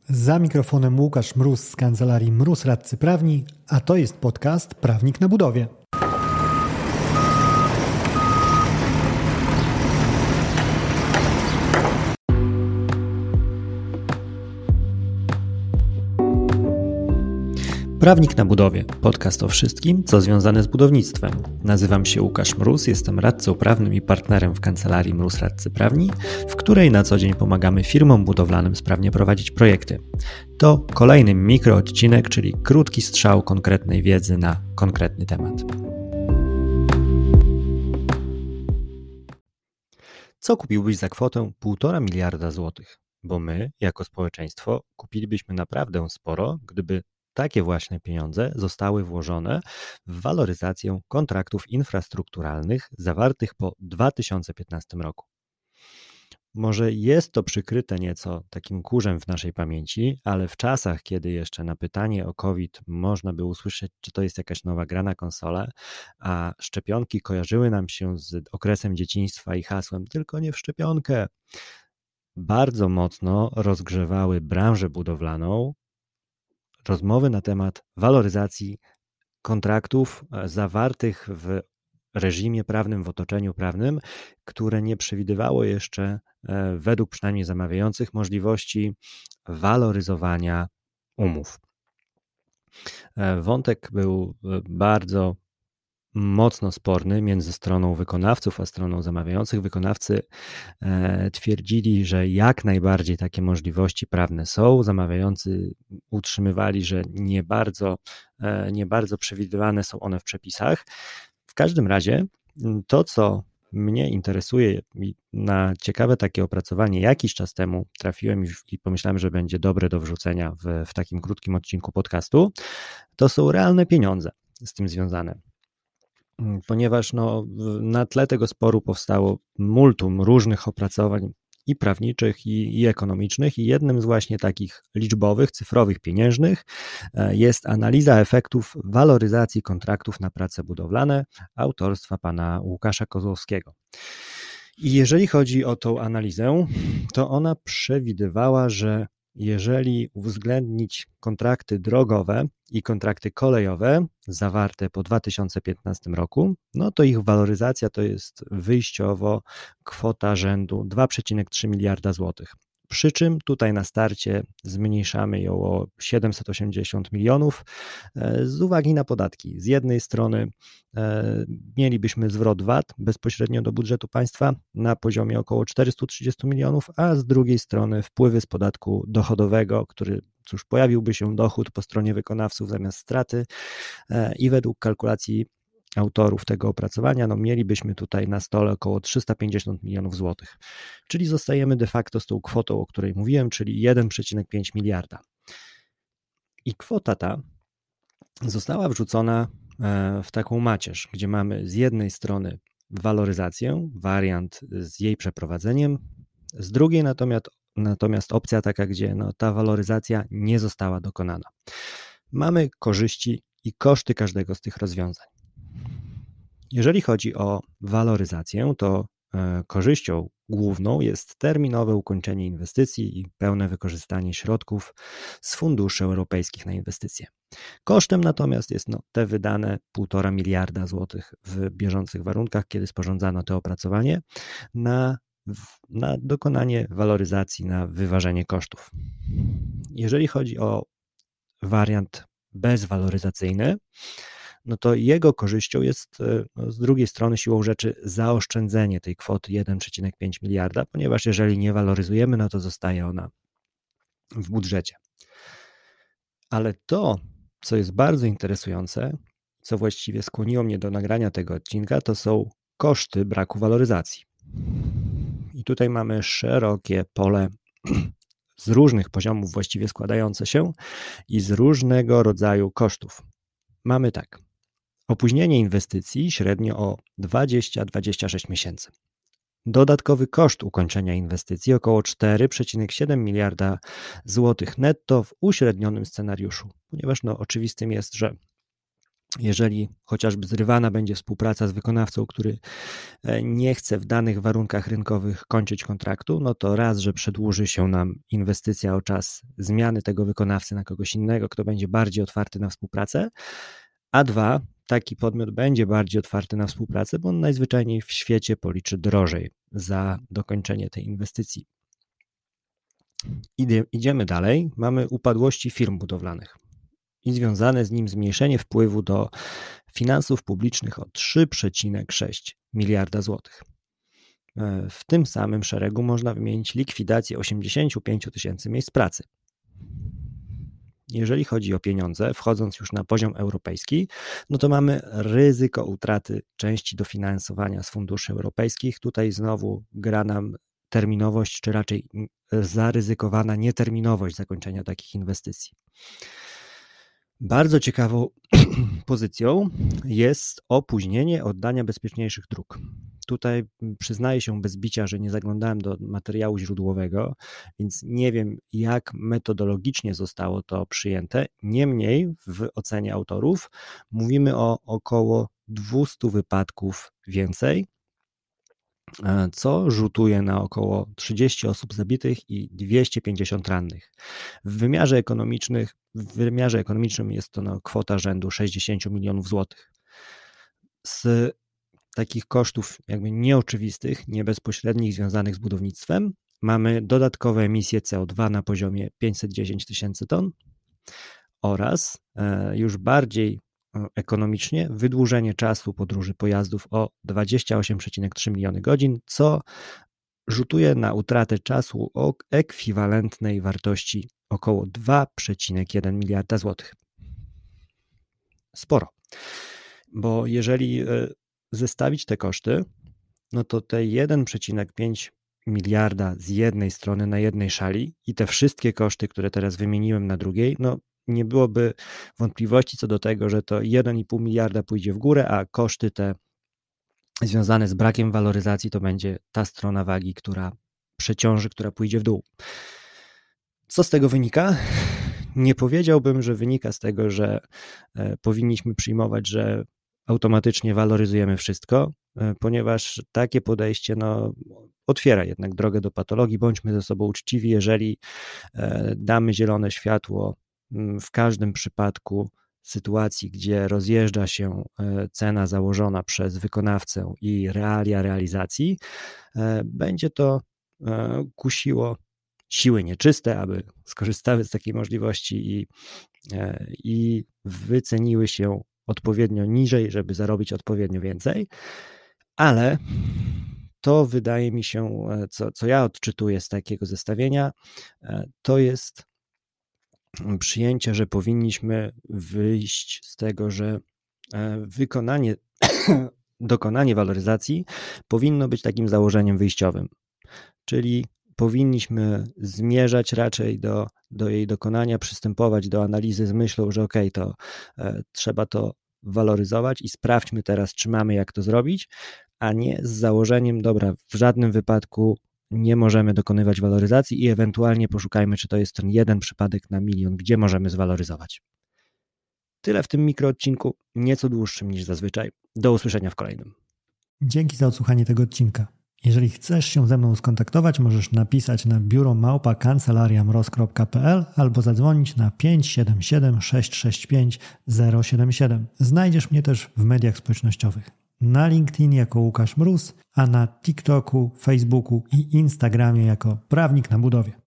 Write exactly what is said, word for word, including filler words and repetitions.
Za mikrofonem Łukasz Mróz z kancelarii Mróz Radcy Prawni, a to jest podcast Prawnik na budowie. Prawnik na budowie, podcast o wszystkim, co związane z budownictwem. Nazywam się Łukasz Mróz, jestem radcą prawnym i partnerem w kancelarii Mróz Radcy Prawni, w której na co dzień pomagamy firmom budowlanym sprawnie prowadzić projekty. To kolejny mikroodcinek, czyli krótki strzał konkretnej wiedzy na konkretny temat. Co kupiłbyś za kwotę półtora miliarda złotych? Bo my, jako społeczeństwo, kupilibyśmy naprawdę sporo, gdyby takie właśnie pieniądze zostały włożone w waloryzację kontraktów infrastrukturalnych zawartych po dwa tysiące piętnastym roku. Może jest to przykryte nieco takim kurzem w naszej pamięci, ale w czasach, kiedy jeszcze na pytanie o COVID można było usłyszeć, czy to jest jakaś nowa gra na konsolę, a szczepionki kojarzyły nam się z okresem dzieciństwa i hasłem tylko nie w szczepionkę, bardzo mocno rozgrzewały branżę budowlaną rozmowy na temat waloryzacji kontraktów zawartych w reżimie prawnym, w otoczeniu prawnym, które nie przewidywało jeszcze, według przynajmniej zamawiających, możliwości waloryzowania umów. Wątek był bardzo mocno sporny między stroną wykonawców a stroną zamawiających. Wykonawcy twierdzili, że jak najbardziej takie możliwości prawne są. Zamawiający utrzymywali, że nie bardzo, nie bardzo przewidywane są one w przepisach. W każdym razie to, co mnie interesuje i na ciekawe takie opracowanie jakiś czas temu trafiłem i pomyślałem, że będzie dobre do wrzucenia w, w takim krótkim odcinku podcastu, to są realne pieniądze z tym związane. Ponieważ no, na tle tego sporu powstało multum różnych opracowań i prawniczych, i, i ekonomicznych, i jednym z właśnie takich liczbowych, cyfrowych, pieniężnych jest analiza efektów waloryzacji kontraktów na prace budowlane autorstwa pana Łukasza Kozłowskiego. I jeżeli chodzi o tą analizę, to ona przewidywała, że jeżeli uwzględnić kontrakty drogowe i kontrakty kolejowe zawarte po dwa tysiące piętnastym roku, no to ich waloryzacja to jest wyjściowo kwota rzędu dwa przecinek trzy miliarda złotych. Przy czym tutaj na starcie zmniejszamy ją o siedemset osiemdziesiąt milionów z uwagi na podatki. Z jednej strony mielibyśmy zwrot V A T bezpośrednio do budżetu państwa na poziomie około czterysta trzydzieści milionów, a z drugiej strony wpływy z podatku dochodowego, który cóż, pojawiłby się dochód po stronie wykonawców zamiast straty i według kalkulacji autorów tego opracowania, no mielibyśmy tutaj na stole około trzysta pięćdziesiąt milionów złotych, czyli zostajemy de facto z tą kwotą, o której mówiłem, czyli jeden przecinek pięć miliarda. I kwota ta została wrzucona w taką macierz, gdzie mamy z jednej strony waloryzację, wariant z jej przeprowadzeniem, z drugiej natomiast, natomiast opcja taka, gdzie no, ta waloryzacja nie została dokonana. Mamy korzyści i koszty każdego z tych rozwiązań. Jeżeli chodzi o waloryzację, to korzyścią główną jest terminowe ukończenie inwestycji i pełne wykorzystanie środków z funduszy europejskich na inwestycje. Kosztem natomiast jest no, te wydane półtora miliarda złotych w bieżących warunkach, kiedy sporządzano to opracowanie, na, na dokonanie waloryzacji, na wyważenie kosztów. Jeżeli chodzi o wariant bezwaloryzacyjny, no to jego korzyścią jest no, z drugiej strony siłą rzeczy zaoszczędzenie tej kwoty jeden przecinek pięć miliarda, ponieważ jeżeli nie waloryzujemy, no to zostaje ona w budżecie. Ale to, co jest bardzo interesujące, co właściwie skłoniło mnie do nagrania tego odcinka, to są koszty braku waloryzacji. I tutaj mamy szerokie pole z różnych poziomów właściwie składające się i z różnego rodzaju kosztów. Mamy tak. Opóźnienie inwestycji średnio o dwadzieścia do dwudziestu sześciu miesięcy. Dodatkowy koszt ukończenia inwestycji około cztery przecinek siedem miliarda złotych netto w uśrednionym scenariuszu, ponieważ no, oczywistym jest, że Jeżeli chociażby zrywana będzie współpraca z wykonawcą, który nie chce w danych warunkach rynkowych kończyć kontraktu, no to raz, że przedłuży się nam inwestycja o czas zmiany tego wykonawcy na kogoś innego, kto będzie bardziej otwarty na współpracę, a dwa, taki podmiot będzie bardziej otwarty na współpracę, bo on najzwyczajniej w świecie policzy drożej za dokończenie tej inwestycji. Idziemy dalej, mamy upadłości firm budowlanych i związane z nim zmniejszenie wpływu do finansów publicznych o trzy przecinek sześć miliarda złotych. W tym samym szeregu można wymienić likwidację osiemdziesiąt pięć tysięcy miejsc pracy. Jeżeli chodzi o pieniądze, wchodząc już na poziom europejski, no to mamy ryzyko utraty części dofinansowania z funduszy europejskich. Tutaj znowu gra nam terminowość, czy raczej zaryzykowana nieterminowość zakończenia takich inwestycji. Bardzo ciekawą pozycją jest opóźnienie oddania bezpieczniejszych dróg. Tutaj przyznaję się bez bicia, że nie zaglądałem do materiału źródłowego, więc nie wiem, jak metodologicznie zostało to przyjęte. Niemniej w ocenie autorów mówimy o około dwieście wypadków więcej, co rzutuje na około trzydzieści osób zabitych i dwieście pięćdziesiąt rannych. W wymiarze ekonomicznym, w wymiarze ekonomicznym jest to no, kwota rzędu sześćdziesiąt milionów złotych. Z takich kosztów jakby nieoczywistych, niebezpośrednich, związanych z budownictwem mamy dodatkowe emisje C O dwa na poziomie pięćset dziesięć tysięcy ton oraz już bardziej ekonomicznie wydłużenie czasu podróży pojazdów o dwadzieścia osiem przecinek trzy miliony godzin, co rzutuje na utratę czasu o ekwiwalentnej wartości około dwa przecinek jeden miliarda złotych. Sporo, bo jeżeli zestawić te koszty, no to te jeden przecinek pięć miliarda z jednej strony na jednej szali i te wszystkie koszty, które teraz wymieniłem na drugiej, no nie byłoby wątpliwości co do tego, że to jeden i pół miliarda pójdzie w górę, a koszty te związane z brakiem waloryzacji to będzie ta strona wagi, która przeciąży, która pójdzie w dół. Co z tego wynika? Nie powiedziałbym, że wynika z tego, że powinniśmy przyjmować, że automatycznie waloryzujemy wszystko, ponieważ takie podejście no, otwiera jednak drogę do patologii. Bądźmy ze sobą uczciwi, jeżeli damy zielone światło w każdym przypadku sytuacji, gdzie rozjeżdża się cena założona przez wykonawcę i realia realizacji, będzie to kusiło siły nieczyste, aby skorzystały z takiej możliwości i, i wyceniły się odpowiednio niżej, żeby zarobić odpowiednio więcej, ale to wydaje mi się, co, co ja odczytuję z takiego zestawienia, to jest przyjęcie, że powinniśmy wyjść z tego, że wykonanie, dokonanie waloryzacji powinno być takim założeniem wyjściowym, czyli powinniśmy zmierzać raczej do, do jej dokonania, przystępować do analizy z myślą, że okej, okay, to e, trzeba to waloryzować i sprawdźmy teraz, czy mamy jak to zrobić, a nie z założeniem, dobra, w żadnym wypadku nie możemy dokonywać waloryzacji i ewentualnie poszukajmy, czy to jest ten jeden przypadek na milion, gdzie możemy zwaloryzować. Tyle w tym mikroodcinku, nieco dłuższym niż zazwyczaj. Do usłyszenia w kolejnym. Dzięki za odsłuchanie tego odcinka. Jeżeli chcesz się ze mną skontaktować, możesz napisać na biuro małpa kancelaria mroz kropka p l albo zadzwonić na pięć siedem siedem sześć sześć pięć zero siedem siedem. Znajdziesz mnie też w mediach społecznościowych. Na LinkedIn jako Łukasz Mróz, a na TikToku, Facebooku i Instagramie jako Prawnik na Budowie.